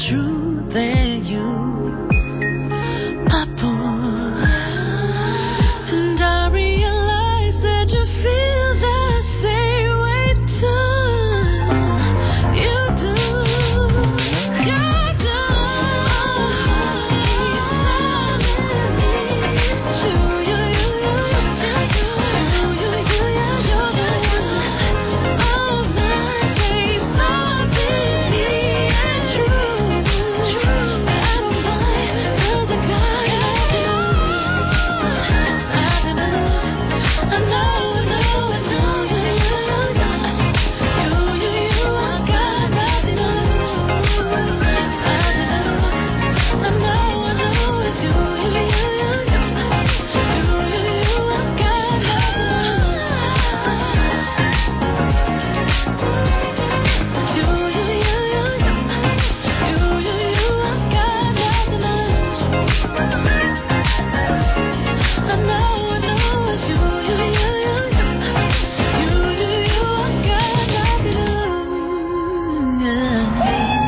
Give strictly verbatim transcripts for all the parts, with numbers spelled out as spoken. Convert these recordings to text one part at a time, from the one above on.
true than you, my boy. And I realize that you feel the same way too. You do, you do. He's loving me too. You, you, you, you, you, you, you, you, you, you. Oh, my days are busy and true, true. I don't mind, 'cause I got nothing to lose, nothing to lose. I know, I know, I know, you, you, you, you, you, you. I got nothing to lose, nothing to lose. I know, I know, it's you, you, you, you, you, you, you, you. I got nothing to lose. You, you, you, you, you, you, you, you. I got nothing to lose. I know, I know, it's you, you, you, you, you, you, you, you. I got nothing to lose.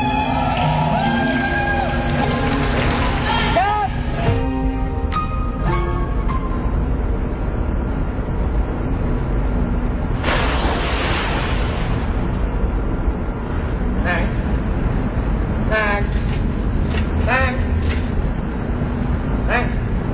Neng, Neng, Neng, Neng.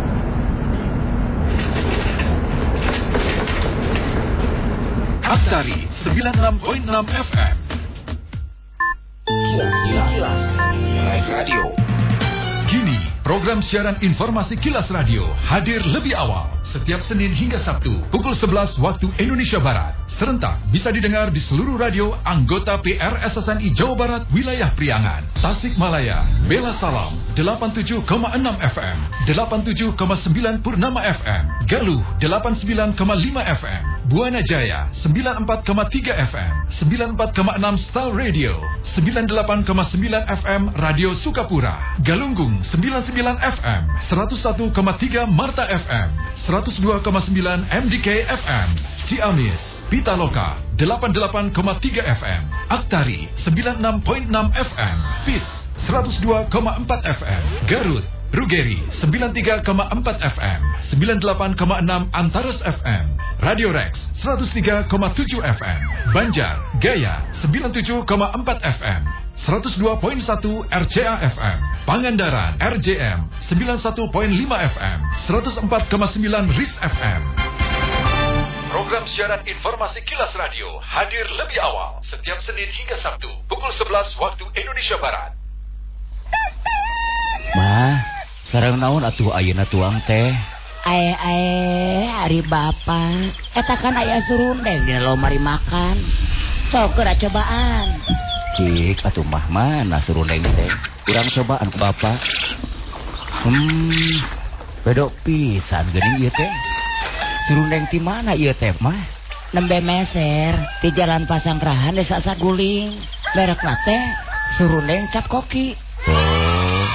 Aktari sembilan puluh enam koma enam F M. Kilas, kilas, kilas. Kilas Radio. Kini, program siaran informasi Kilas Radio hadir lebih awal setiap Senin hingga Sabtu pukul sebelas waktu Indonesia Barat. Serentak bisa didengar di seluruh radio anggota P R S S N I Jawa Barat wilayah Priangan, Tasikmalaya, Bela Salam delapan puluh tujuh koma enam F M, delapan puluh tujuh koma sembilan Purnama F M, Galuh delapan puluh sembilan koma lima F M, Buana Jaya sembilan puluh empat koma tiga F M, sembilan puluh empat koma enam Star Radio, sembilan puluh delapan koma sembilan F M Radio Sukapura, Galunggung sembilan puluh sembilan F M, seratus satu koma tiga Marta F M, seratus dua koma sembilan M D K F M, Ciamis, Pitaloka delapan puluh delapan koma tiga F M, Aktari sembilan puluh enam koma enam F M, P I S seratus dua koma empat F M, Garut, Rugeri sembilan puluh tiga koma empat F M, sembilan puluh delapan koma enam Antares F M, Radio Rex seratus tiga koma tujuh F M, Banjar, Gaya sembilan puluh tujuh koma empat F M, seratus dua koma satu R C A F M, Pangandaran R J M sembilan puluh satu koma lima F M, seratus empat koma sembilan R I S F M. Program siaran informasi Kilas Radio hadir lebih awal setiap Senin hingga Sabtu pukul sebelas waktu Indonesia Barat. Mah, sareng naon atuh ayeuna tuang teh? Ae ae hari bapak, eta kan aya surundeng dina lomari makan. Sok geura cobaan. Cik atuh mah mana surundeng teh? Urang cobaan ku bapak. Hmm, bedok pisan geuning ieu teh. Surundeng ti mana ieu teh mah? Nembe meser di Jalan Pasanggrahan Desa Saguling. Merekna teh surundeng Cap Koki. Oh.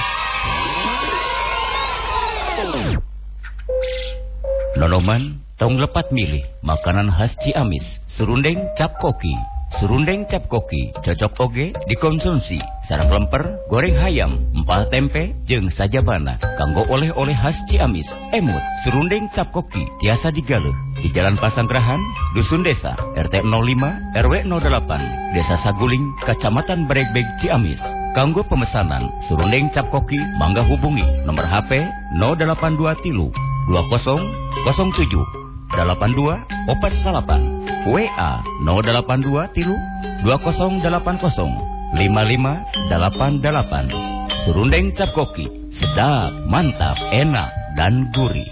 Nonoman, tong lepat milih makanan khas Ciamis, surundeng Cap Koki. Surundeng Cap Koki cocok oge dikonsumsi sareng lemper, goreng hayam, empal tempe, jeung sajabana kanggo oleh-oleh khas Ciamis. Emut surundeng Cap Koki tiasa digaluh di Jalan Pasanggrahan, Dusun Desa, R T nol lima R W nol delapan, Desa Saguling, Kecamatan Bregbeg, Ciamis. Kanggo pemesanan surundeng Cap Koki mangga hubungi nomor H P nol delapan dua tilu dua nol nol tujuh delapan dua opat salapan, W A nol delapan dua tilu dua nol delapan nol lima lima delapan delapan. Surundeng Cap Koki sedap, mantap, enak dan gurih.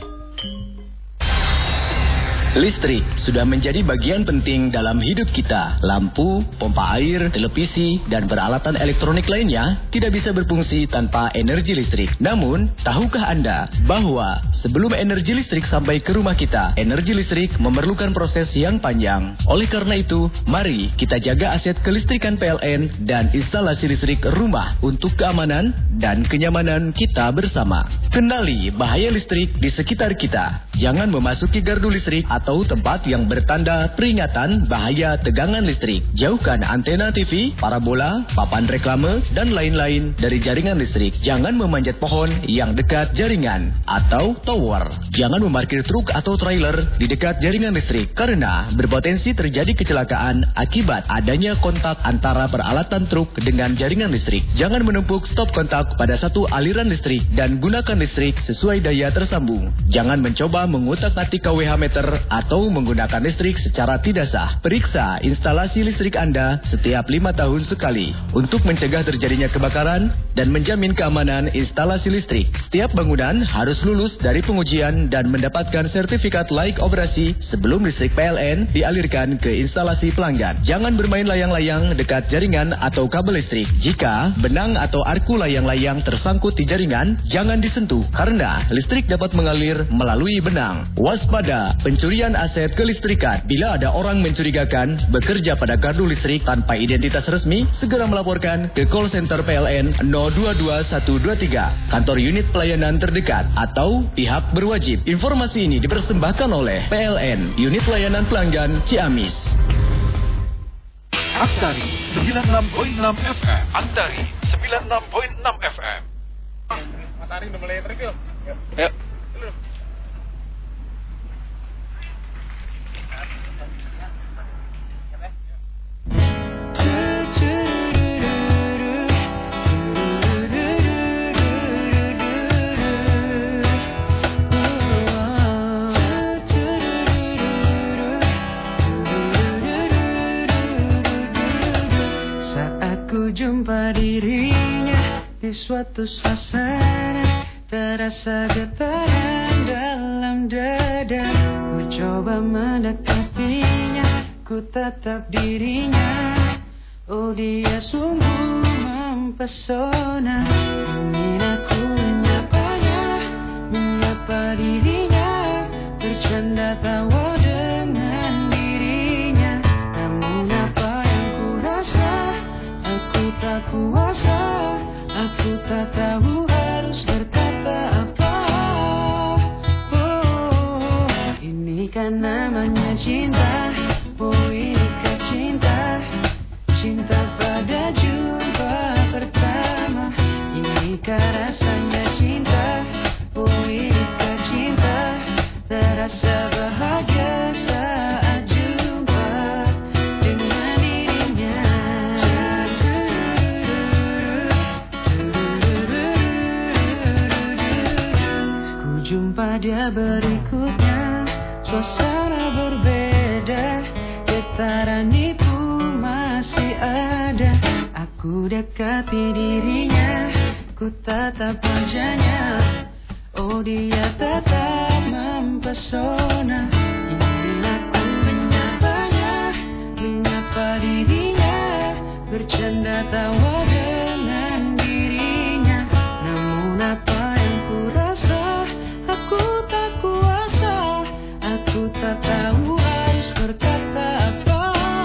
Listrik sudah menjadi bagian penting dalam hidup kita. Lampu, pompa air, televisi, dan peralatan elektronik lainnya tidak bisa berfungsi tanpa energi listrik. Namun, tahukah Anda bahwa sebelum energi listrik sampai ke rumah kita, energi listrik memerlukan proses yang panjang. Oleh karena itu, mari kita jaga aset kelistrikan P L N dan instalasi listrik rumah untuk keamanan dan kenyamanan kita bersama. Kenali bahaya listrik di sekitar kita. Jangan memasuki gardu listrik atau tempat yang bertanda peringatan bahaya tegangan listrik. Jauhkan antena T V, parabola, papan reklame, dan lain-lain dari jaringan listrik. Jangan memanjat pohon yang dekat jaringan atau tower. Jangan memarkir truk atau trailer di dekat jaringan listrik karena berpotensi terjadi kecelakaan akibat adanya kontak antara peralatan truk dengan jaringan listrik. Jangan menumpuk stop kontak pada satu aliran listrik dan gunakan listrik sesuai daya tersambung. Jangan mencoba mengutak-atik K W H meter atau menggunakan listrik secara tidak sah. Periksa instalasi listrik Anda setiap lima tahun sekali untuk mencegah terjadinya kebakaran dan menjamin keamanan instalasi listrik. Setiap bangunan harus lulus dari pengujian dan mendapatkan sertifikat layak operasi sebelum listrik P L N dialirkan ke instalasi pelanggan. Jangan bermain layang-layang dekat jaringan atau kabel listrik. Jika benang atau arku layang-layang tersangkut di jaringan, jangan disentuh karena listrik dapat mengalir melalui benang. Waspada pencurian aset kelistrikan. Bila ada orang mencurigakan bekerja pada gardu listrik tanpa identitas resmi, segera melaporkan ke call center P L N nol dua dua satu dua tiga, kantor unit pelayanan terdekat atau pihak berwajib. Informasi ini dipersembahkan oleh P L N, unit pelayanan pelanggan Ciamis. Antari sembilan puluh enam koma enam F M. Antari sembilan puluh enam koma enam F M. Matahari udah mulai terik yuk. Yuk. Jumpa dirinya di suatu suasana, terasa getaran dalam dada. Ku coba mendekatinya, ku tatap dirinya. Oh, dia sungguh mempesona. Ingin aku menyapanya, menyapa dirinya, bercanda tawa dengan dirinya. Namun apa yang ku rasa, aku tak kuasa, aku tak tahu harus berkata apa. Oh, ini kan namanya cinta. Oh, inikah cinta, cinta pada jumpa pertama. Inikah rasanya cinta. Oh, inikah cinta, terasa bahagia saat jumpa dengan dirinya. Jumpa dia berikutnya, suasana berbeda, getaran itu masih ada. Aku dekati dirinya, ku tatap wajahnya. Oh, dia tetap mempesona. Ingin aku menyapanya, menyapa dirinya, bercanda tawa dengan dirinya. Namun apa yang ku rasa, aku tak kuasa, aku tak tahu harus berkata apa.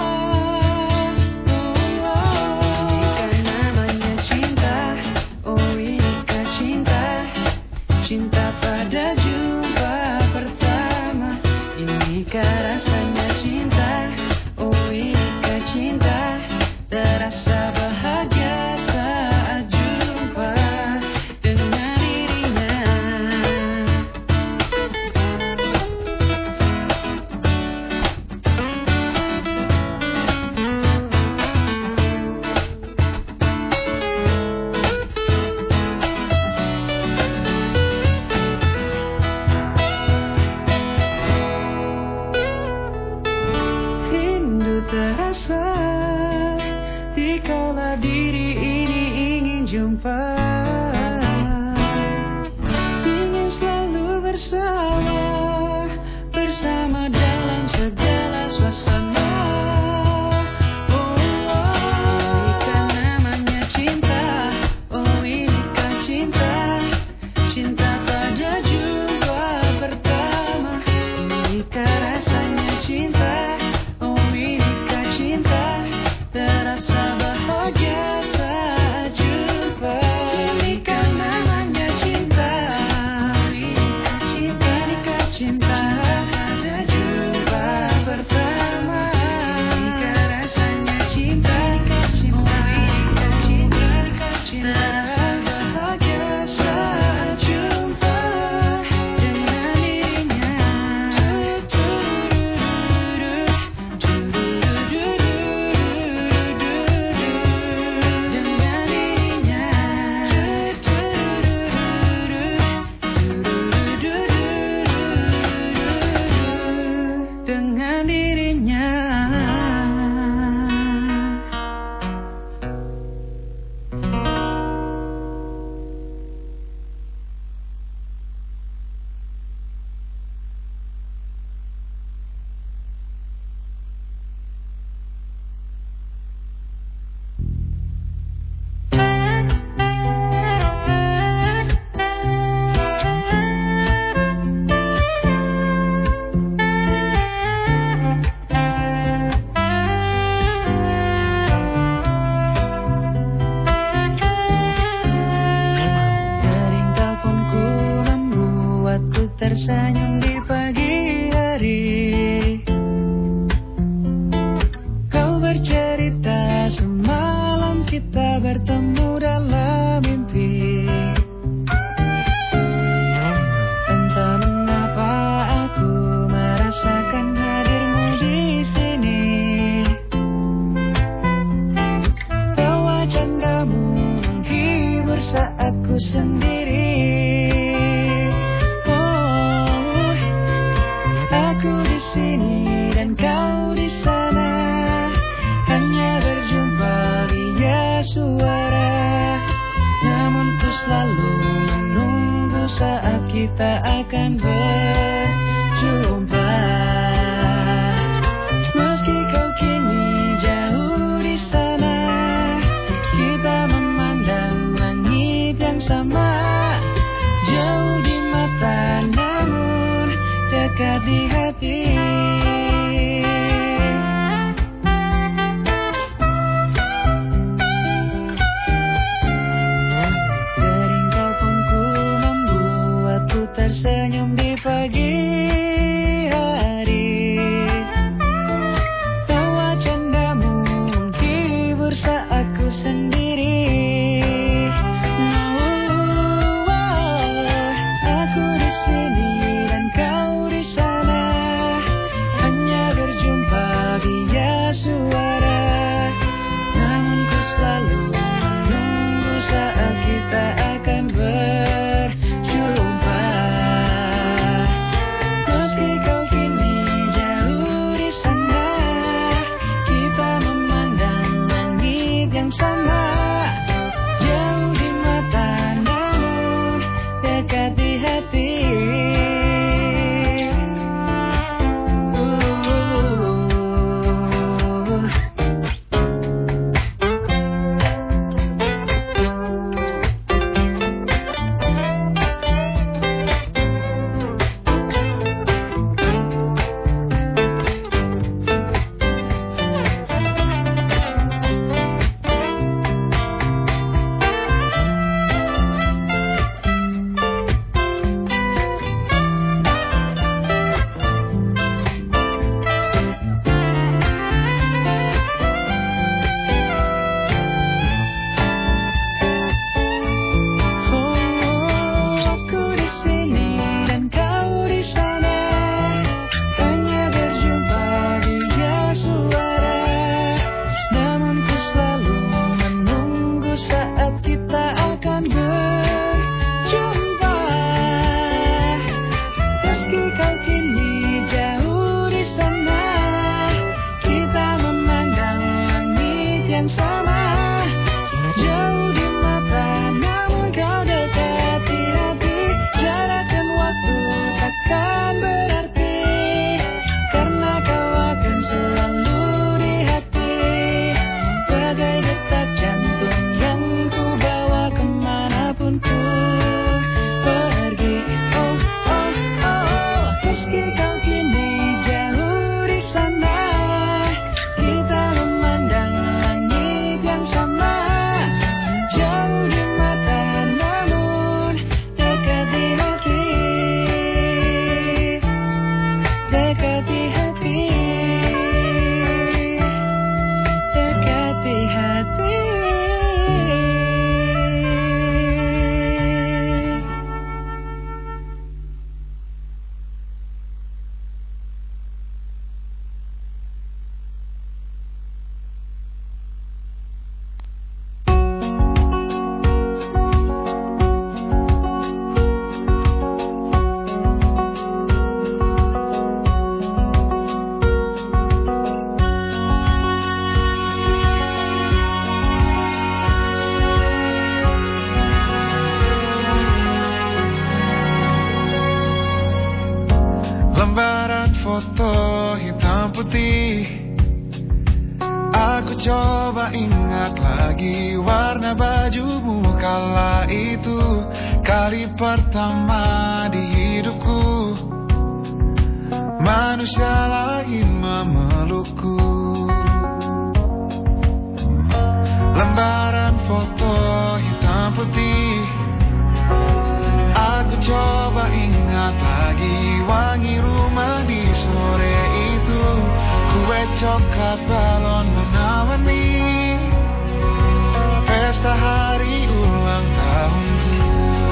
Oh, oh. Inikah namanya cinta. Oh, inikah cinta, cinta pada jumpa pertama. Inikah rasanya cinta. Oh, inikah cinta, terasa bahagia saat jumpa dengan dirinya. Rindu terasa dikala diri ini ingin jumpa, ingin selalu bersama, bersama dalam segala suasana. Oh, inikah namanya cinta. Oh, inikah cinta, cinta pada jumpa pertama. Inikah rasanya cinta. Oh, inikah cinta, terasa bahagia saat jumpa. tersenyum di pagi hari. Kau bercerita semalam kita bertemu dalam mimpi. Entah mengapa aku merasakan hadirmu di sini. Tawa candamu menghibur saat ku sendiri. Oh, aku di sini dan kau di sana, hanya berjumpa via suara. Namun ku selalu menunggu saat kita akan berjumpa. Meski kau kini jauh di sana, kita memandang langit yang sama. Jauh di mata namun dekat di hati. Dering teleponku membuatku tersenyum di pagi hari. Tawa candamu menghibur saat ku sendiri. Oh, aku di sini dan kau di sana, hanya berjumpa via suara. Namun ku selalu menunggu saat kita akan berjumpa. Meski kau kini jauh di sana, kita memandang langit yang sama. Jauh di mata namun dekat di hati. Aku di sini dan kau di sana, hanya berjumpa via suara. Namun ku selalu menunggu saat kita akan berjumpa. Meski kau kini jauh di sana, kita memandang langit yang sama. Jauh di mata namun kau dekat di hati. Jarak dan waktu takkan berarti, karena kau akan selalu di hati. Bagai detak jantung yang ku bawa kemanapun ku pergi. Oh, oh, oh, meski kau kini jauh di sana, kita memandang langit yang sama. Jauh di mata namun dekat di hati. Dekat di hati. Dekat di hati. Lembaran foto hitam putih. Aku coba ingat lagi warna bajumu kala itu. Kali pertama di hidupku manusia lagi memelukku. Lembaran foto hitam putih. Aku coba ingat lagi coklat balon warna-warni, pesta hari ulang tahunku.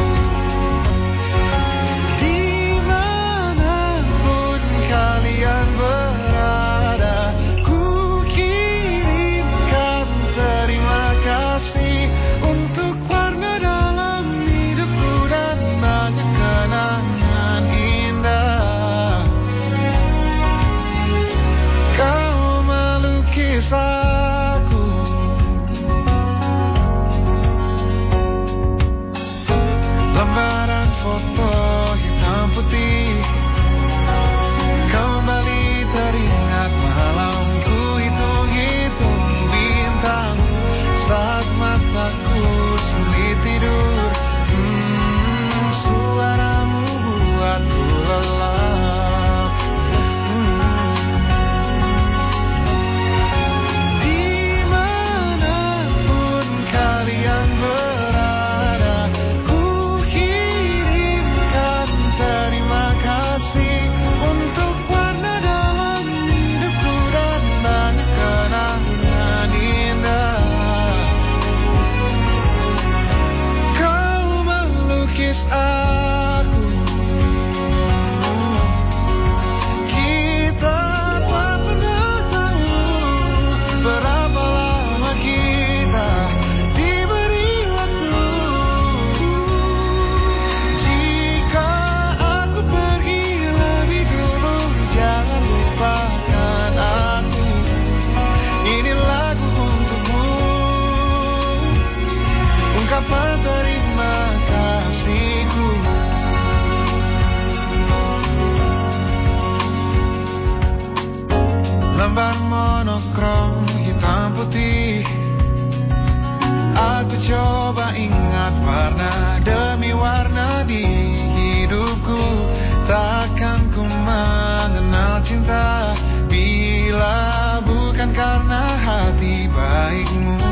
Dimanapun kalian berada, ku kirimkan terima kasih untuk warna dalam hidupku dan banyak kenangan indah. Kau melukis aku, lembaran foto hitam putih, kembali teringat malamku hitung-hitung bintang saat mataku sulit tidur. Hmm, suaramu buatku lelap. Hmm. Dimanapun kalian berada, ku kirimkan terima kasih untuk warna dalam hidupku dan banyak kenangan indah. Kau melukis aku, kita tak pernah tahu berapa lama kita diberi waktu. Jika aku pergi lebih dulu, jangan lupakan aku. Ini lagu untukmu, ungkapan terima kasihku. Lembar monokrom hitam putih, aku coba ingat warna demi warna di hidupku. Takkan ku mengenal cinta bila bukan karena hati baikmu.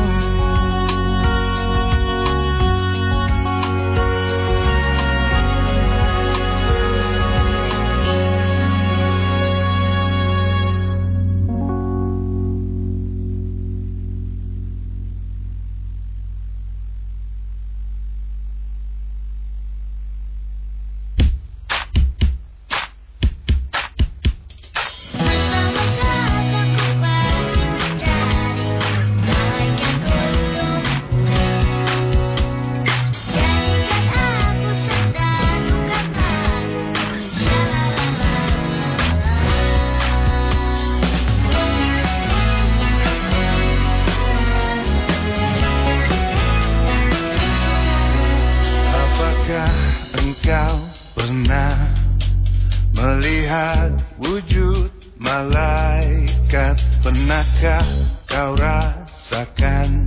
Apakah engkau pernah melihat wujud malaikat? Pernahkah kau rasakan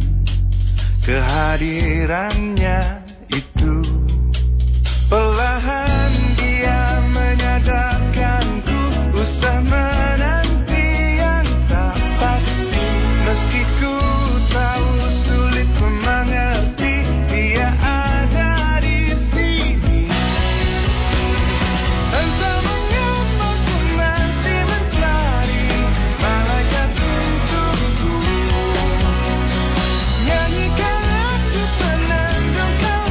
kehadirannya itu? Perlahan dia menyadarkanku, usah menanti yang tak pasti. Meski ku tahu sulit mengerti, dia ada di sini. Entah mengapa ku masih mencari malaikat untukku. Nyanyikan lagu penenangkan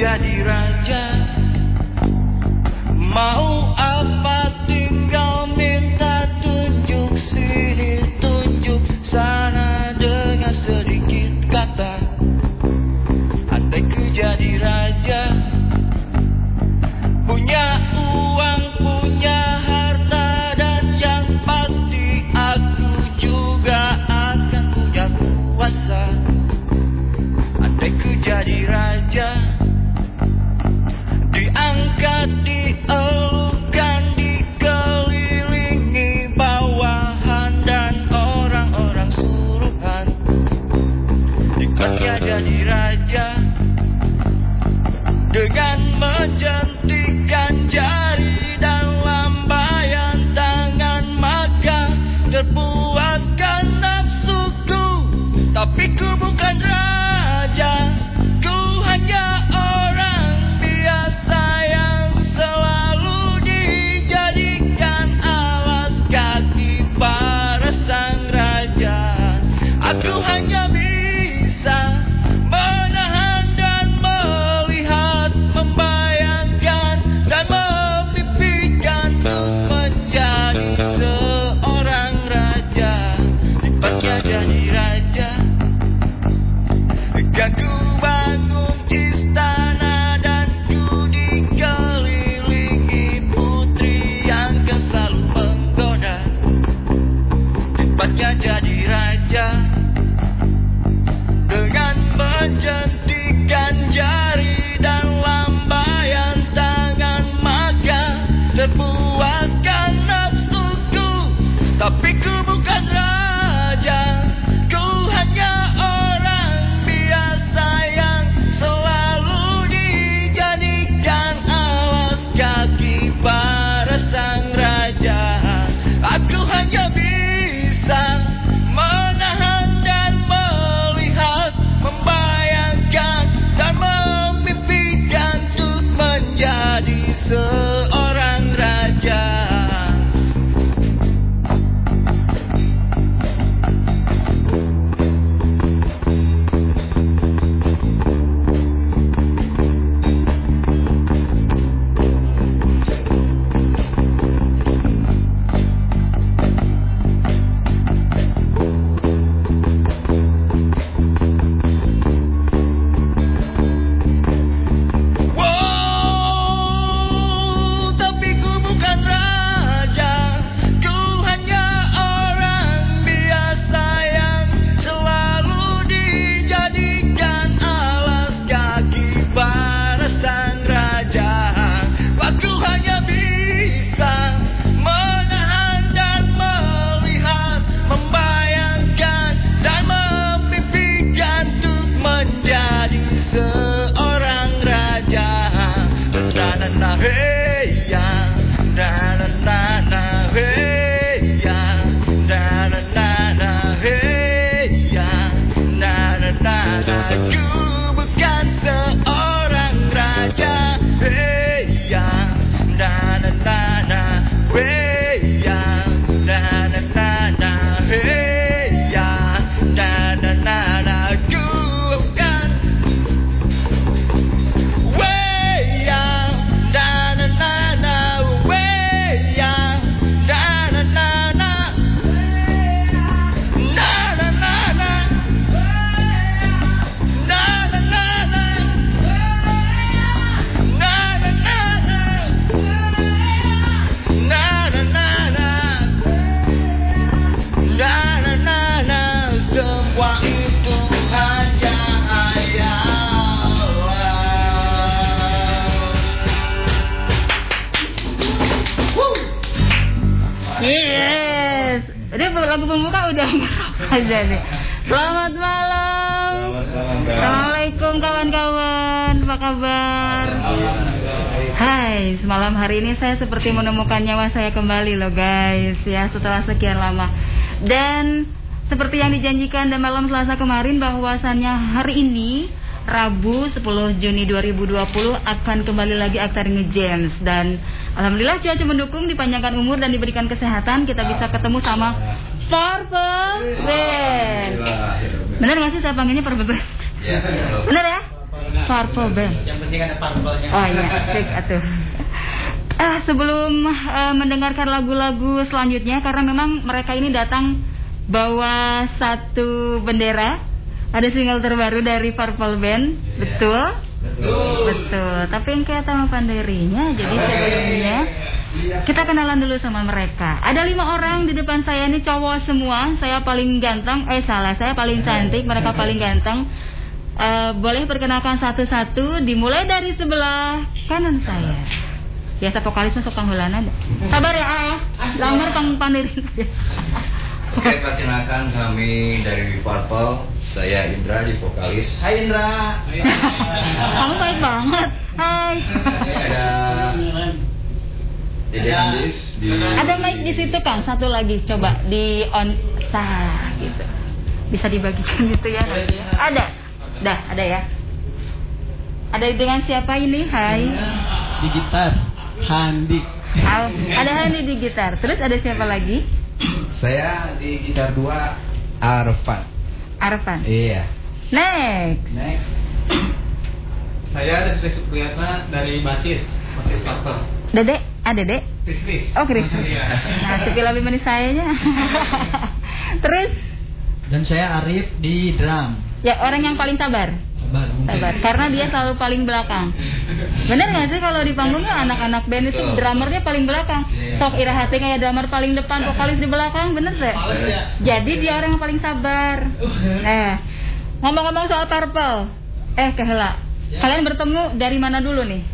jadi raja. Mau apa tinggal minta tunjuk sini tunjuk sana dengan sedikit kata. Andai ku jadi raja, punya uang, punya harta, dan yang pasti aku juga akan punya kuasa. Andai ku jadi raja, diangkat, dielukan, dikelilingi bawahan dan orang-orang suruhan. Nikmatnya jadi raja, dengan menjentikan jari dan lambaian tangan, maka terpuaskan nafsuku. Tapi ku bukan raja, ku hanya orang biasa yang selalu dijadikan alas kaki para sang raja. Aku hanya bisa menahan dan melihat, membayangkan dan memimpikan untuk menjadi seorang raja. Nikmatnya jadi raja, kan ku bangun istana dan ku dikelilingi putri yang kan selalu menggoda. Nikmatnya jadi raja, dengan menjentikan jari dan lambaian tangan, maka terpuaskan nafsuku. Tapi ku bukan raja, ku hanya orang biasa yang selalu dijadikan alas kaki para sang raja. Aku hanya bisa menahan dan melihat, membayangkan dan memimpikan untuk menjadi seorang raja. Wow, tapi ku bukan raja, ku hanya orang biasa yang selalu dijadikan alas kaki para sang raja. Aku hanya bisa menahan dan melihat, membayangkan dan memimpikan untuk menjadi seorang raja. Na na na hey ya, na na na na hey ya, na na na na hey ya, na na na na. Ku bukan seorang raja, hey ya, na na na na hey ya, na na na na hey ya, na na na na. Ku bukan way ya, na na na na way ya, na na na na, na na na na, na na na na, na na na na, na na na na, na na na na. Semua itu hanya hayalan. Yes. Ini lagu pembuka udah aja nih. Selamat malam. Assalamualaikum kawan-kawan. Apa kabar? Hai, semalam hari ini saya seperti menemukan nyawa saya kembali loh guys. Ya, setelah sekian lama. Dan seperti yang dijanjikan dan malam Selasa kemarin, bahwasannya hari ini Rabu sepuluh Juni dua ribu dua puluh akan kembali lagi Akhtar Nge-Jams. Dan alhamdulillah cuaca mendukung, dipanjangkan umur dan diberikan kesehatan, kita bisa ketemu sama Purple Band. Bener gak sih saya panggilnya Purple Band? Bener ya? Purple Band. Yang penting ada purple-nya. Oh iya, sik atuh. Ah, sebelum uh, mendengarkan lagu-lagu selanjutnya, karena memang mereka ini datang bawa satu bendera, ada single terbaru dari Purple Band, betul? Betul. Betul. Tapi yang kayak sama panderinya, jadi sebelumnya kita kenalan dulu sama mereka. Ada lima orang di depan saya ini cowok semua. Saya paling ganteng, eh salah, saya paling cantik, mereka paling ganteng. Uh, boleh perkenalkan satu-satu, dimulai dari sebelah kanan saya. Biasa vokalis masuk panghulan ada. Sabar ya, ah. Lamar pang pandiri. Oke, perkenalkan kami dari Purple. Saya Indra di vokalis. Hai Indra. Kamu baik banget. Hai. Ada Dede Andis di. Ada mic di situ Kang, satu lagi coba di on salah gitu. Bisa dibagikan gitu ya nanti ya. Ada. Dah, ada ya. Ada dengan siapa ini? Hai. Di gitar. Handi. Al, ada Handi di gitar. Terus ada siapa lagi? Saya di gitar dua, Arfan. Arfan. Iya. Next. Next. Saya Chris Supriyatna dari basis, basis Purple. Dede, ah Dede. Chris Chris. Oh Chris. Iya. Nah, sepi lebih manis sayanya. Terus? Dan saya Arif di drum. Ya orang yang paling sabar. Sabar, Sabar. Karena dia selalu paling belakang. Bener nggak sih kalau di panggungnya anak-anak band itu drummernya paling belakang. Sok ira hati kayak drummer paling depan, vokalis di belakang, bener sih? Jadi dia orang yang paling sabar. Nah, ngomong-ngomong soal Purple, eh Kehela, kalian bertemu dari mana dulu nih?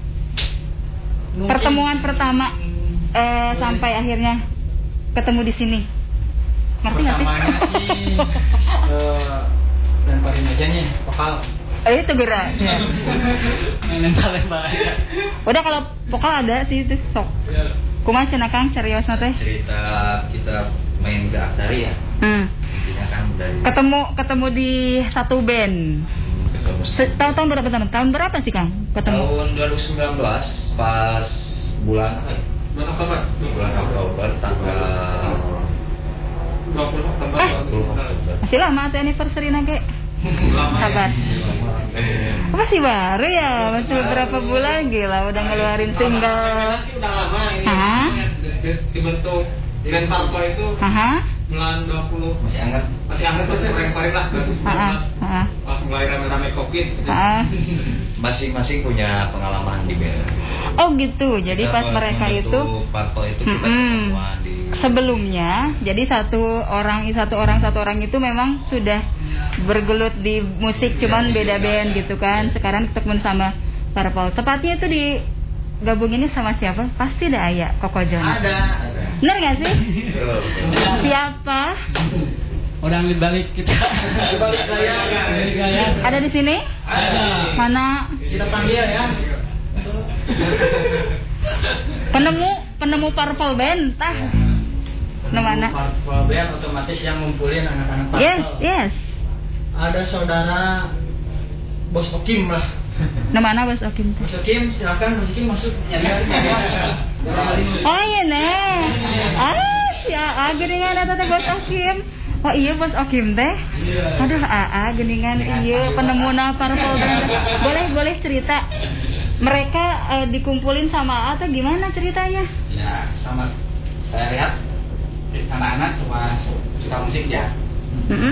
Pertemuan pertama eh, sampai akhirnya ketemu di sini. Ngerti nggak sih? Pertamanya sih uh, lemparin aja nih vokal. Eh itu gerak. Ya. Mental lempar aja. Udah kalau vokal ada sih itu sok. Kumaha cenah Kang serius teh? Cerita kita main gak dari ya. Hmm. Intinya kan dari. Ketemu ketemu di satu band. Ketemu. Se- tahun tahun berapa tahun? Tahun berapa sih Kang? Ketemu. Tahun dua ribu sembilan belas pas bulan apa ya? Bulan Oktober. Bulan Oktober tanggal dua puluh Oktober. Eh. dua puluh Oktober. Masih lama tuh anniversary nage. Sabar. Apa sih baru ya? Masih beberapa bulan gila udah ngeluarin single. Udah lama ini. Hah? Dibentuk band Purple itu Aha. bulan dua puluh. Masih hangat. Masih hangat tuh kemarin-kemarin lah dua ribu sembilan Aha. belas. Aha. Pas mulai rame-rame Covid gitu. Ah. Masing-masing punya pengalaman di band. Oh gitu. Jadi Kita pas mereka membentuk itu Purple itu kita Mm-mm. ketemuan di sebelumnya, jadi satu orang satu orang satu orang itu memang sudah bergelut di musik, cuman beda band gitu kan. Sekarang ketemu sama Purple. Tepatnya itu di gabunginnya sama siapa? Pasti ada Aya, Koko Jona. Ada. Bener nggak sih? Betul, betul. Siapa? Orang di balik kita. Di balik layar. Di balik layar. Ada di sini? Ada. Mana? Kita panggil ya. Penemu penemu Purple Band, tah? Nah, mana? Purple Band otomatis yang ngumpulin anak-anak Purple. Yes, yes. Ada saudara Bos Okim lah. Nah, mana Bos Okim? Bos Okim, silakan Bos Okim masuk. Oh iya nih. Ah, si Aa geningan eta teh Bos Okim. Oh iya Bos Okim teh. Aduh Aa geningan iya penemuna Purple Band. Boleh boleh cerita. Mereka eh, dikumpulin sama Aa teh gimana ceritanya? Ya, sama saya lihat anak-anak semua su- suka musik ya. Mm-mm.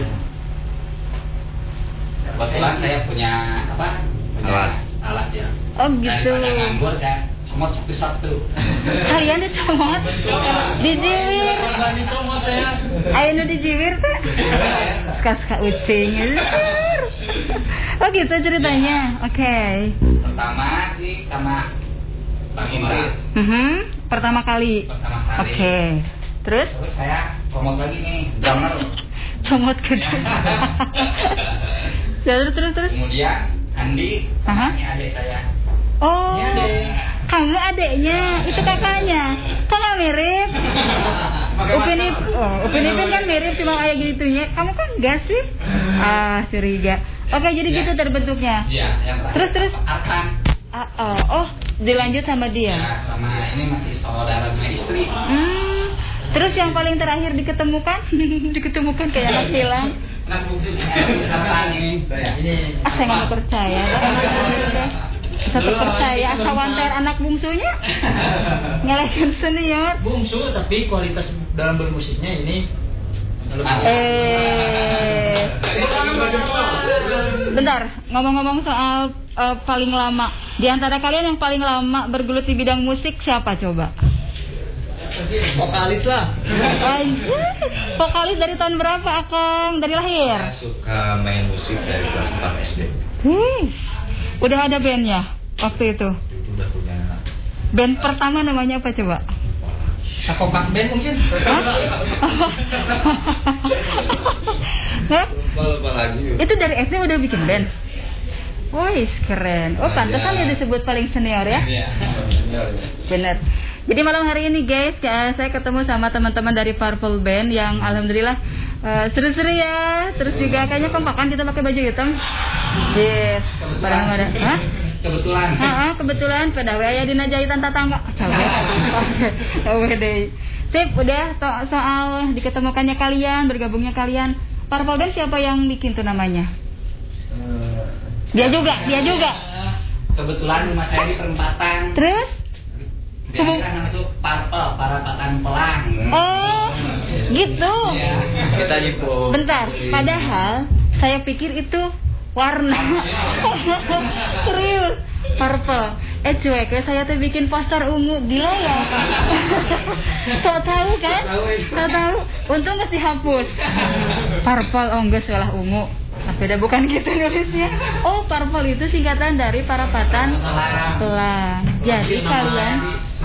Kebetulan saya punya apa? Punya Alat. alat ya. Oh gitu. Daripada nganggur saya comot satu-satu. Kalian dicomot dijiwir. Dicomot ya. Ayo nu dijiwir teh. Suka-suka ucing. Oh gitu ceritanya. Oke. Pertama sih sama Bang Indra. Mhm. Pertama kali. Pertama kali. Oke. Terus Terus saya comot lagi nih drummer. comot kedua. Ya, terus terus terus. Kemudian Andi, Aha. ini adik saya. Oh, Ini adek. kamu adeknya, itu kakaknya. Kok nggak mirip? Upin Ipin, oh, Upin Ipin kan mirip cuma kayak gitunya. Kamu kan enggak sih? Ah, curiga. Oke, jadi Ya. gitu terbentuknya. Iya, yang terakhir. Terus terus. Arkan. Ah, oh, oh, dilanjut sama dia. Ya, sama ini masih saudara sama istri. Hmm, Terus yang paling terakhir diketemukan, diketemukan kayak anak hilang. Anak bungsu. Apa ini? Ini. Ah, saya nggak mau percaya. Bisa terpercaya asawanter anak bungsunya nyalahin senior. Bungsu tapi kualitas dalam bermusiknya ini Eh, bentar, ngomong-ngomong soal uh, paling lama. Di antara kalian yang paling lama bergelut di bidang musik siapa coba? vokalis lah. Anjir, vokalis dari tahun berapa, Akang? Dari lahir? Saya suka main musik dari kelas empat S D. Wih, udah ada bandnya waktu itu? Itu udah punya. Band pertama namanya apa coba? Sakopak band mungkin. Hah? Lupa-lupa lagi. Itu dari S D udah bikin band? Wih, keren. Oh, pantesan dia disebut paling senior ya? Bener. Jadi malam hari ini guys, saya ketemu sama teman-teman dari Purple Band yang alhamdulillah uh, seru-seru ya. Terus juga kayaknya kompakan kita pakai baju hitam. Yes. Padahal ada. Hah? Kebetulan. Heeh, kebetulan pada we aya dina jahitan tatangga. Cawe deh. Sip, udah to- soal diketemukannya kalian, bergabungnya kalian. Purple Band siapa yang bikin tuh namanya? Dia juga, dia juga. Kebetulan rumah saya di perempatan. Terus? Biasanya kan namanya itu Purple, Parapatan Pelang. Oh, gitu. Ya. Kita info. Bentar, padahal saya pikir itu warna. Serius, purple. Eh cuek ya, saya tuh bikin poster ungu, gila ya. Sok tahu kan? Sok tahu. Untung nggak dihapus. Purple, oh enggak salah ungu. Beda bukan gitu nulisnya. Oh, purple itu singkatan dari Parapatan Pelang. Jadi kalian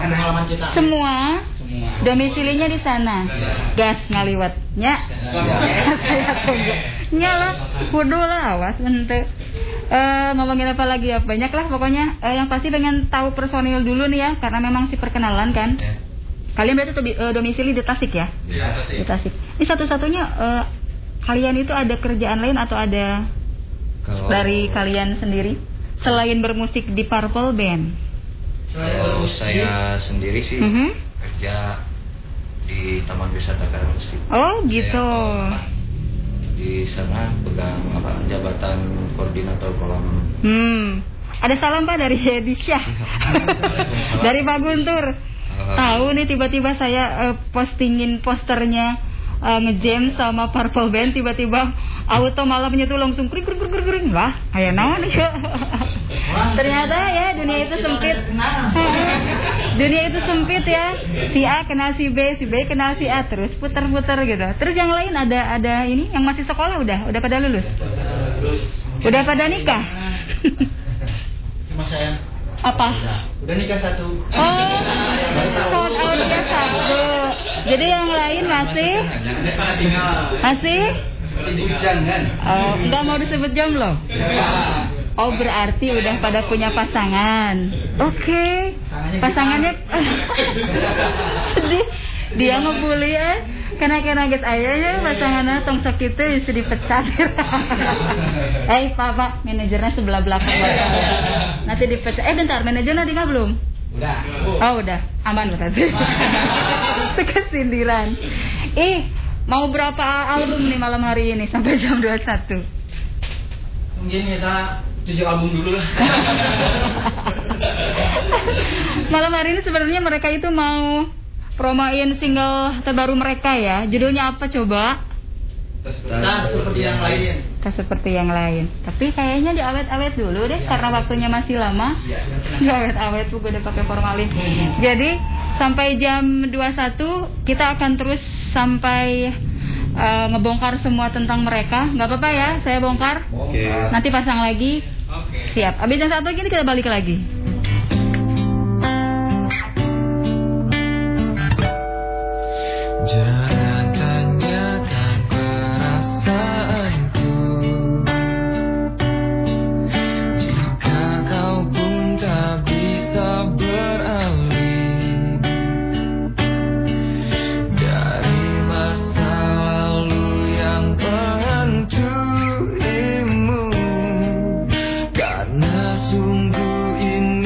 semua domisilinya di sana. Gas ngaliwatnya. Saya tunggu. Nyala kudu lah, awas ente. Eh, ngomongin apa lagi ya? Banyak lah pokoknya. Eh, yang pasti pengen tahu personil dulu nih ya, karena memang si perkenalan kan. Kalian berarti tuh, eh, domisili di Tasik ya? Di Tasik. Ini satu-satunya eh, kalian itu ada kerjaan lain atau ada Kalau dari kalian sendiri selain bermusik di Purple Band? Kalau saya sendiri sih Mhm. kerja di Taman Wisata Karamusik. Oh gitu. Saya di sana pegang apa jabatan koordinator kolam. Hmm. Ada salam Pak dari Edisha. Dari Pak Guntur. Tahu nih tiba-tiba saya uh, postingin posternya uh, ngejam sama Purple Band, tiba-tiba auto malamnya tuh langsung kring kring kring kring lah. Kayak naon ya. Ternyata ya dunia itu sempit. Dunia itu sempit ya. Si A kenal si B, si B kenal si A, terus putar-putar gitu. Terus yang lain ada ada ini yang masih sekolah udah udah pada lulus. Udah pada nikah. Cuma saya. Apa? Udah nikah satu. Oh, sold out dia satu. Jadi yang lain masih masih Hujan kan? oh, nggak mau disebut jomblo. Oh, berarti udah pada punya pasangan. Oke. Pasangannya sedih. Dia ngebully ya. Karena kena guys ayahnya pasangannya tong sakit itu bisa dipecat. Eh, Papa, manajernya sebelah belakang. Nanti dipecat. Eh, bentar, manajernya di belum? Udah. Oh, udah. Aman berarti. Kesindiran. Ih, mau berapa album nih malam hari ini sampai jam dua puluh satu? Mungkin kita tujuh album dulu lah. Malam hari ini sebenarnya mereka itu mau promoin single terbaru mereka ya. Judulnya apa coba? Nah, seperti yang lain. Tak seperti yang lain. Tapi kayaknya diawet-awet dulu deh karena waktunya masih lama. Diawet-awet tuh gue udah pakai formalin. Jadi sampai jam dua puluh satu kita akan terus sampai uh, ngebongkar semua tentang mereka. Nggak apa-apa ya, saya bongkar. Oke. Nanti pasang lagi. Siap. Abis yang satu gini kita balik lagi. Jangan tanyakan perasaanku jika kau pun tak bisa beralih dari masa lalu yang menghantuimu, karena sungguh ini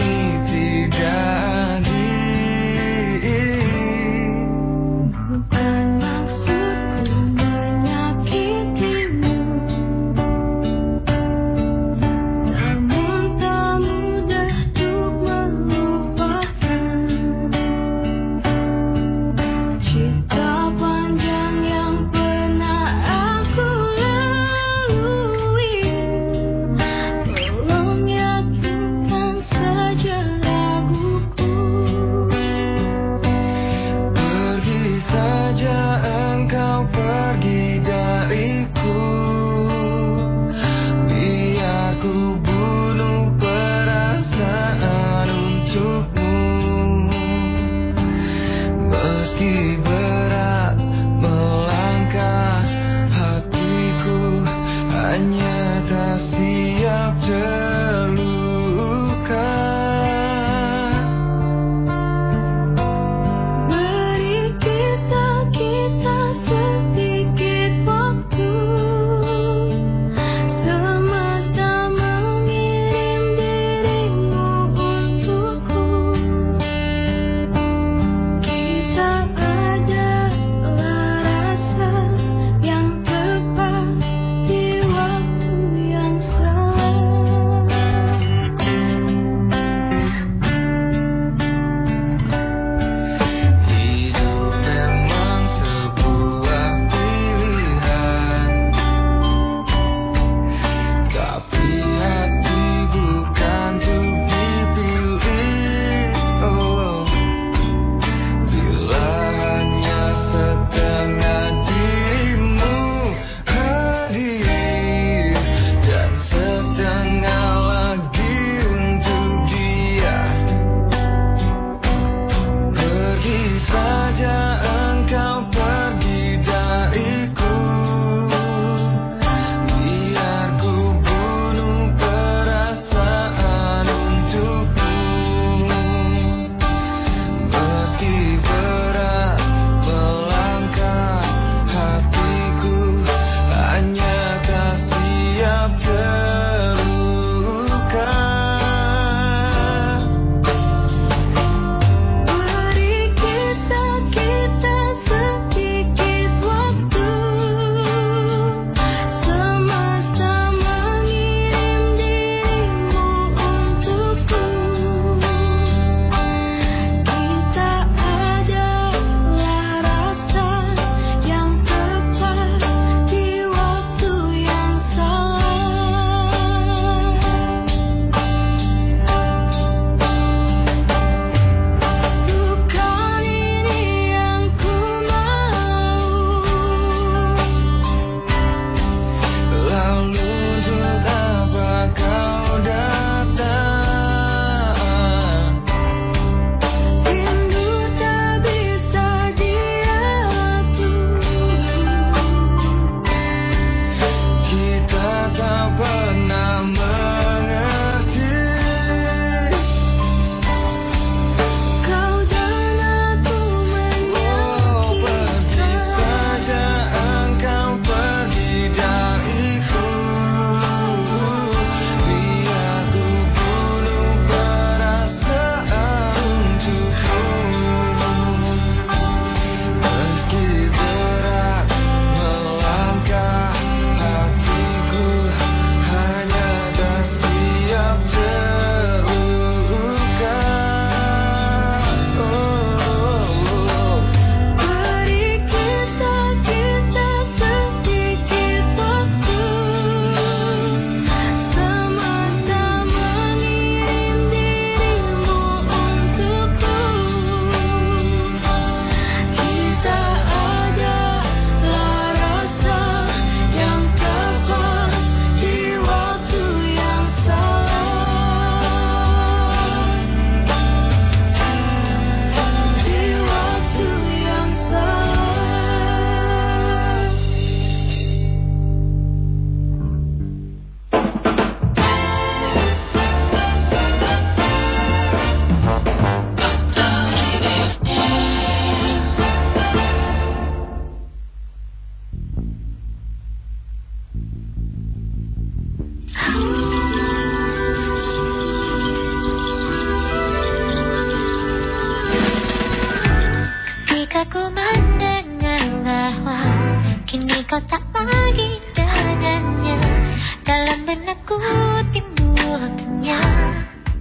Kini kau tak lagi dengannya, dalam benakku timbul kenyang.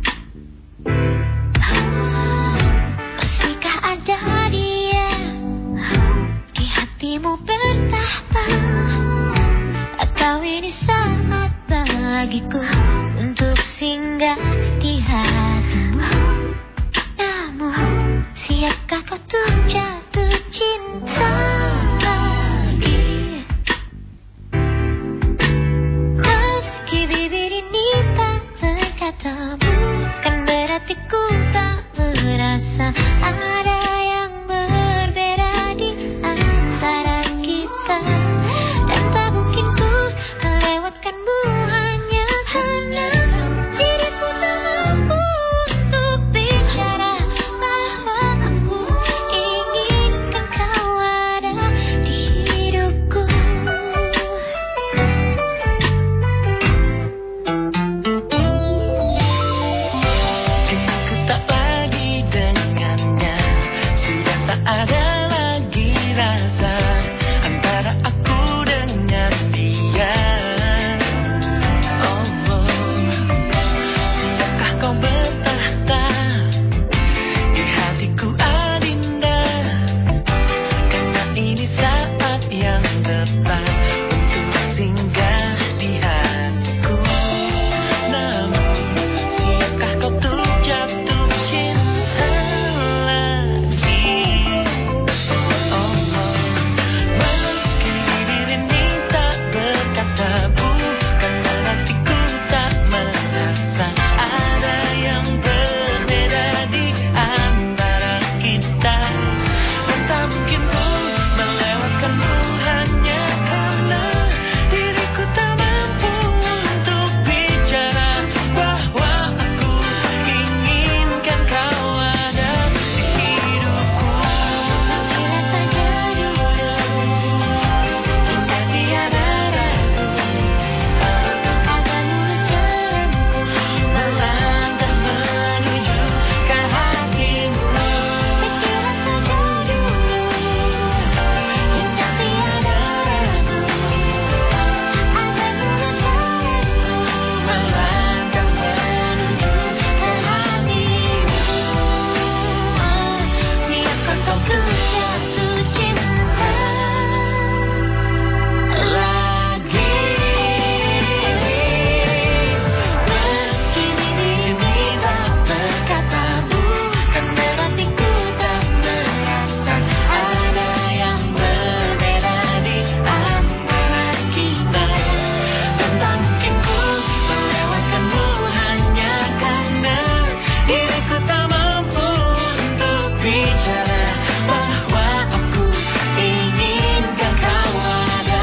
Masihkah ada dia di hatimu bertahta, atau ini saat bagiku untuk singgah di hatimu? Namun siapkah kau tuh jatuh cinta lagi? Meski bibir ini tak berkata, bukan berarti ku tak merasa ada yang berbeda di antara kita. Dan tak mungkin ku melewatkanmu hanya karena diriku tak mampu untuk bicara bahwa aku inginkan kau ada di hidupku. Aku tak lagi dengannya, sudah tak ada lagi rasa antara aku dengan dia. Oh, oh. Siapkah kau bertahta di hatiku Adinda? Karena ini saat yang tepat untuk singgah di hatiku. Namun siapkah kau tuh jatuh cinta lagi? Oh, oh. Meski bibir ini tak berkata, bukan berarti ku tak merasa ada yang berbeda di antara kita. Dan tak mungkin ku melewatkanmu hanya karena diriku tak mampu untuk bicara bahwa aku inginkan kau ada di hidupku. Kira saja dulu hingga tiada ragu, akan lurus jalanku melangkah menuju ke hatimu. Kira saja dulu hingga tiada ragu, akan lurus jalanku melangkah menuju ke hatimu. Siapkah kau tuh jatuh cinta lagi? Meski bibir ini tak berkata, bukan berarti ku tak merasa ada yang berbeda di antara kita. Dan tak mungkin ku melewatkanmu hanya karena diriku tak mampu untuk bicara bahwa aku inginkan kau ada.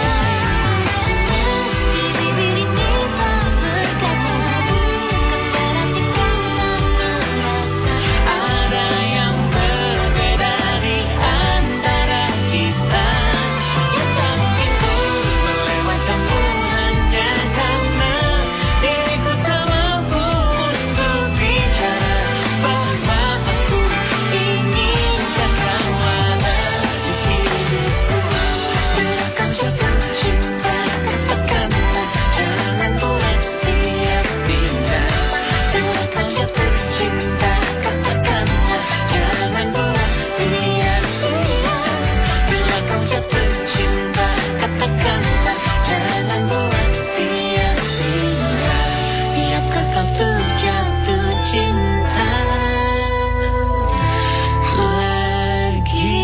Meski bibir ini tak berkata, bukan berarti ku tak merasa Ada yang berbeda di antara kita. Dan tak mungkin ku melewatkanmu hanya karena diriku tak mampu untuk bicara bahwa aku inginkan kau ada di hidupku. Bila kau jatuh cinta, katakanlah, jangan buat sia-sia. Bila kau jatuh cinta, katakanlah, jangan buat sia-sia. Bila kau jatuh cinta, katakanlah, jangan buat sia-sia. Siapkah kau tuh jatuh cinta lagi?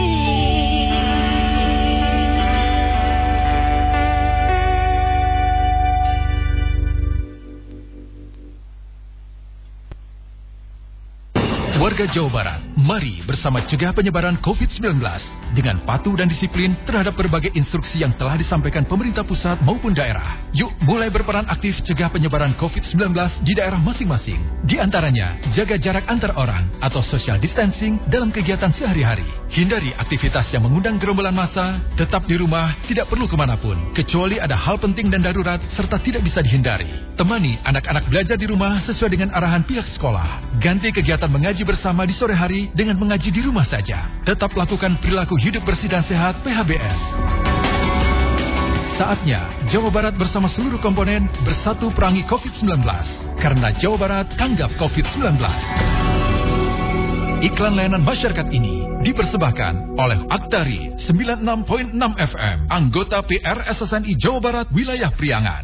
Warga Jawa Barat, mari bersama cegah penyebaran covid sembilan belas dengan patuh dan disiplin terhadap berbagai instruksi yang telah disampaikan pemerintah pusat maupun daerah. Yuk mulai berperan aktif cegah penyebaran covid sembilan belas di daerah masing-masing. Di antaranya, jaga jarak antar orang atau social distancing dalam kegiatan sehari-hari. Hindari aktivitas yang mengundang gerombolan massa, tetap di rumah, tidak perlu kemanapun, kecuali ada hal penting dan darurat serta tidak bisa dihindari. Temani anak-anak belajar di rumah sesuai dengan arahan pihak sekolah. Ganti kegiatan mengaji bersama di sore hari dengan mengaji di rumah saja. Tetap lakukan perilaku hidup bersih dan sehat P H B S. Saatnya Jawa Barat bersama seluruh komponen bersatu perangi covid sembilan belas. Karena Jawa Barat tanggap covid sembilan belas. Iklan layanan masyarakat ini dipersembahkan oleh Aktari sembilan puluh enam koma enam F M, anggota P R S S N I Jawa Barat Wilayah Priangan.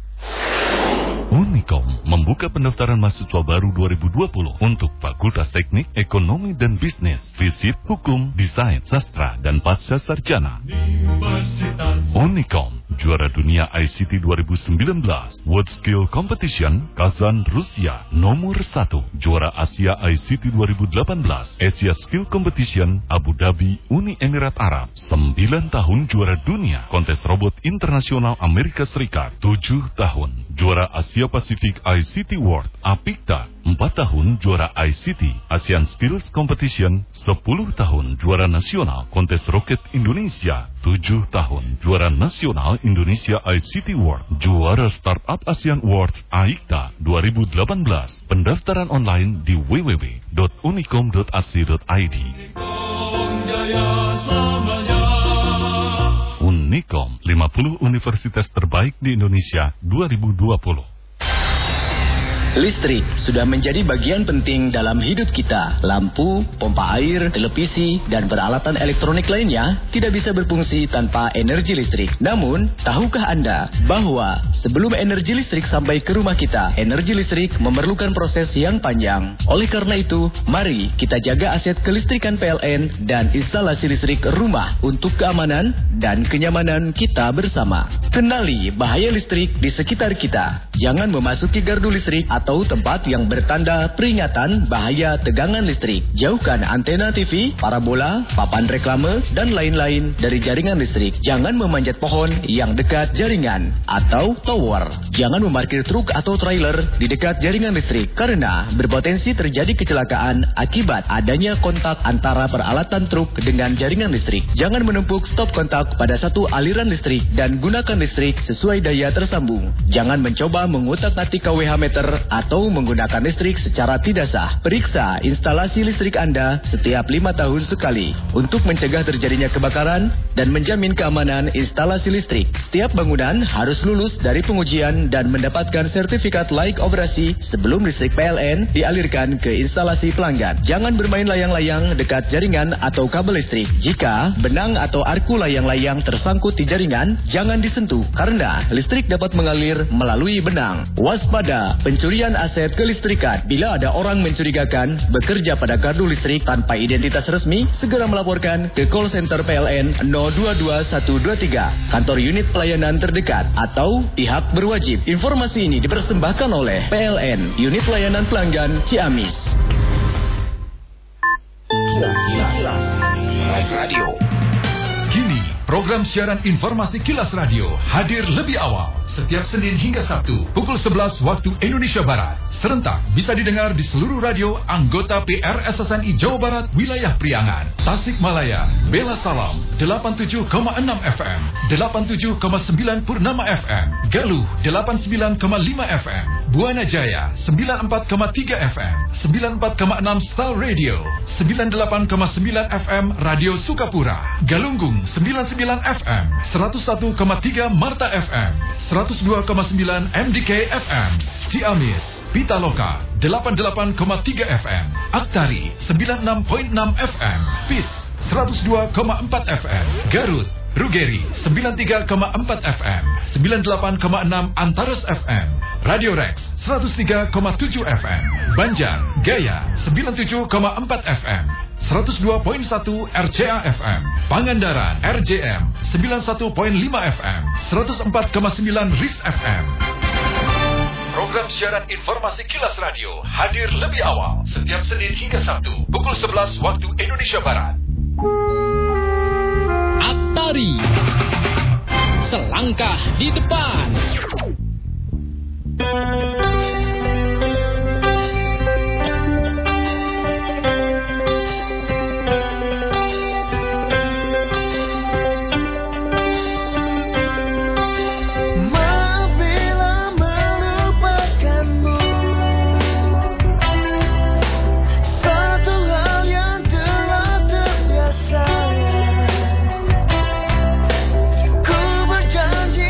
Unicom membuka pendaftaran mahasiswa baru dua ribu dua puluh untuk Fakultas Teknik, Ekonomi dan Bisnis, Fisip, Hukum, Desain, Sastra, dan Pasca Sarjana. Unicom, juara dunia I C T dua ribu sembilan belas, World Skill Competition, Kazan, Rusia, nomor satu, juara Asia I C T dua ribu delapan belas, Asia Skill Competition, Abu Dhabi, Uni Emirat Arab, sembilan tahun juara dunia, Kontes Robot Internasional Amerika Serikat, tujuh tahun, juara Asia Pasifik I C T World, APIKTA, empat tahun juara I C T, ASEAN Skills Competition, sepuluh tahun juara nasional Kontes Roket Indonesia, tujuh tahun juara nasional Indonesia I C T World, juara Startup ASEAN Awards A I K T A dua ribu delapan belas. Pendaftaran online di w w w titik unicom titik a c titik i d. Unicom, lima puluh universitas terbaik di Indonesia dua ribu dua puluh. Listrik sudah menjadi bagian penting dalam hidup kita. Lampu, pompa air, televisi, dan peralatan elektronik lainnya tidak bisa berfungsi tanpa energi listrik. Namun, tahukah Anda bahwa sebelum energi listrik sampai ke rumah kita, energi listrik memerlukan proses yang panjang. Oleh karena itu, mari kita jaga aset kelistrikan P L N dan instalasi listrik rumah untuk keamanan dan kenyamanan kita bersama. Kenali bahaya listrik di sekitar kita. Jangan memasuki gardu listrik atau tempat yang bertanda peringatan bahaya tegangan listrik. Jauhkan antena T V, parabola, papan reklame, dan lain-lain dari jaringan listrik. Jangan memanjat pohon yang dekat jaringan atau tower. Jangan memarkir truk atau trailer di dekat jaringan listrik karena berpotensi terjadi kecelakaan akibat adanya kontak antara peralatan truk dengan jaringan listrik. Jangan menumpuk stop kontak pada satu aliran listrik dan gunakan listrik sesuai daya tersambung. Jangan mencoba mengutak-atik K W H meter atau menggunakan listrik secara tidak sah. Periksa instalasi listrik Anda setiap lima tahun sekali untuk mencegah terjadinya kebakaran dan menjamin keamanan instalasi listrik. Setiap bangunan harus lulus dari pengujian dan mendapatkan sertifikat layak operasi sebelum listrik P L N dialirkan ke instalasi pelanggan. Jangan bermain layang-layang dekat jaringan atau kabel listrik. Jika benang atau arku layang-layang tersangkut di jaringan, jangan disentuh karena listrik dapat mengalir melalui benang. Waspada pencurian aset kelistrikan. Bila ada orang mencurigakan bekerja pada gardu listrik tanpa identitas resmi, segera melaporkan ke call center P L N nol dua dua satu dua tiga, kantor unit pelayanan terdekat atau pihak berwajib. Informasi ini dipersembahkan oleh P L N, unit pelayanan pelanggan Ciamis. Kilas, kilas, kilas. Radio. Kini program siaran informasi Kilas Radio hadir lebih awal setiap Senin hingga Sabtu pukul sebelas waktu Indonesia Barat. Serentak bisa didengar di seluruh radio anggota P R S S N I Jawa Barat Wilayah Priangan, Tasikmalaya, Bela Salam delapan puluh tujuh koma enam F M, delapan puluh tujuh koma sembilan Purnama F M, Galuh delapan puluh sembilan koma lima F M, Buana Jaya sembilan puluh empat koma tiga F M, sembilan puluh empat koma enam Star Radio, sembilan puluh delapan koma sembilan F M Radio Sukapura, Galunggung sembilan puluh sembilan F M, seratus satu koma tiga Marta F M, seratus dua koma sembilan M D K F M, Ciamis, Pitaloka delapan puluh delapan koma tiga F M, Aktari sembilan puluh enam koma enam F M, P I S seratus dua koma empat F M, Garut, Rugeri sembilan puluh tiga koma empat F M, sembilan puluh delapan koma enam Antares F M, Radio Rex seratus tiga koma tujuh F M, Banjar, Gaya sembilan puluh tujuh koma empat F M, seratus dua koma satu R C A F M, Pangandaran R J M sembilan puluh satu koma lima F M, seratus empat koma sembilan R I S F M. Program siaran informasi Kilas Radio hadir lebih awal setiap Senin hingga Sabtu pukul sebelas waktu Indonesia Barat. Aktari, selangkah di depan. Ku berjanji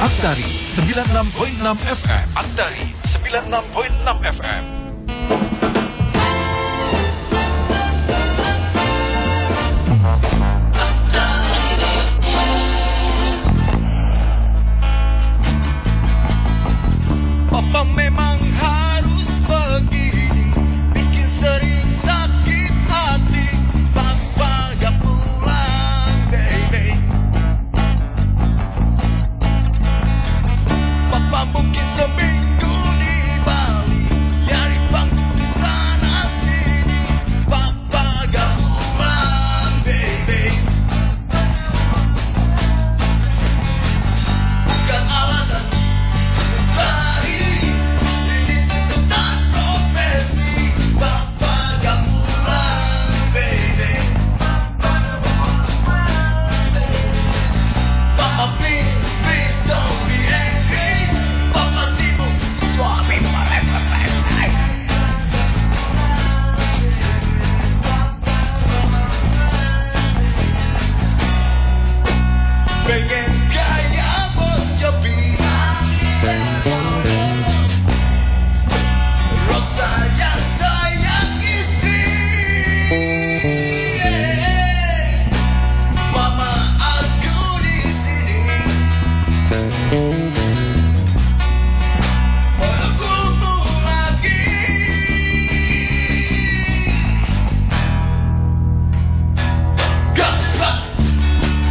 Aktari sembilan puluh enam koma enam F M. Aktari sembilan puluh enam koma enam F M.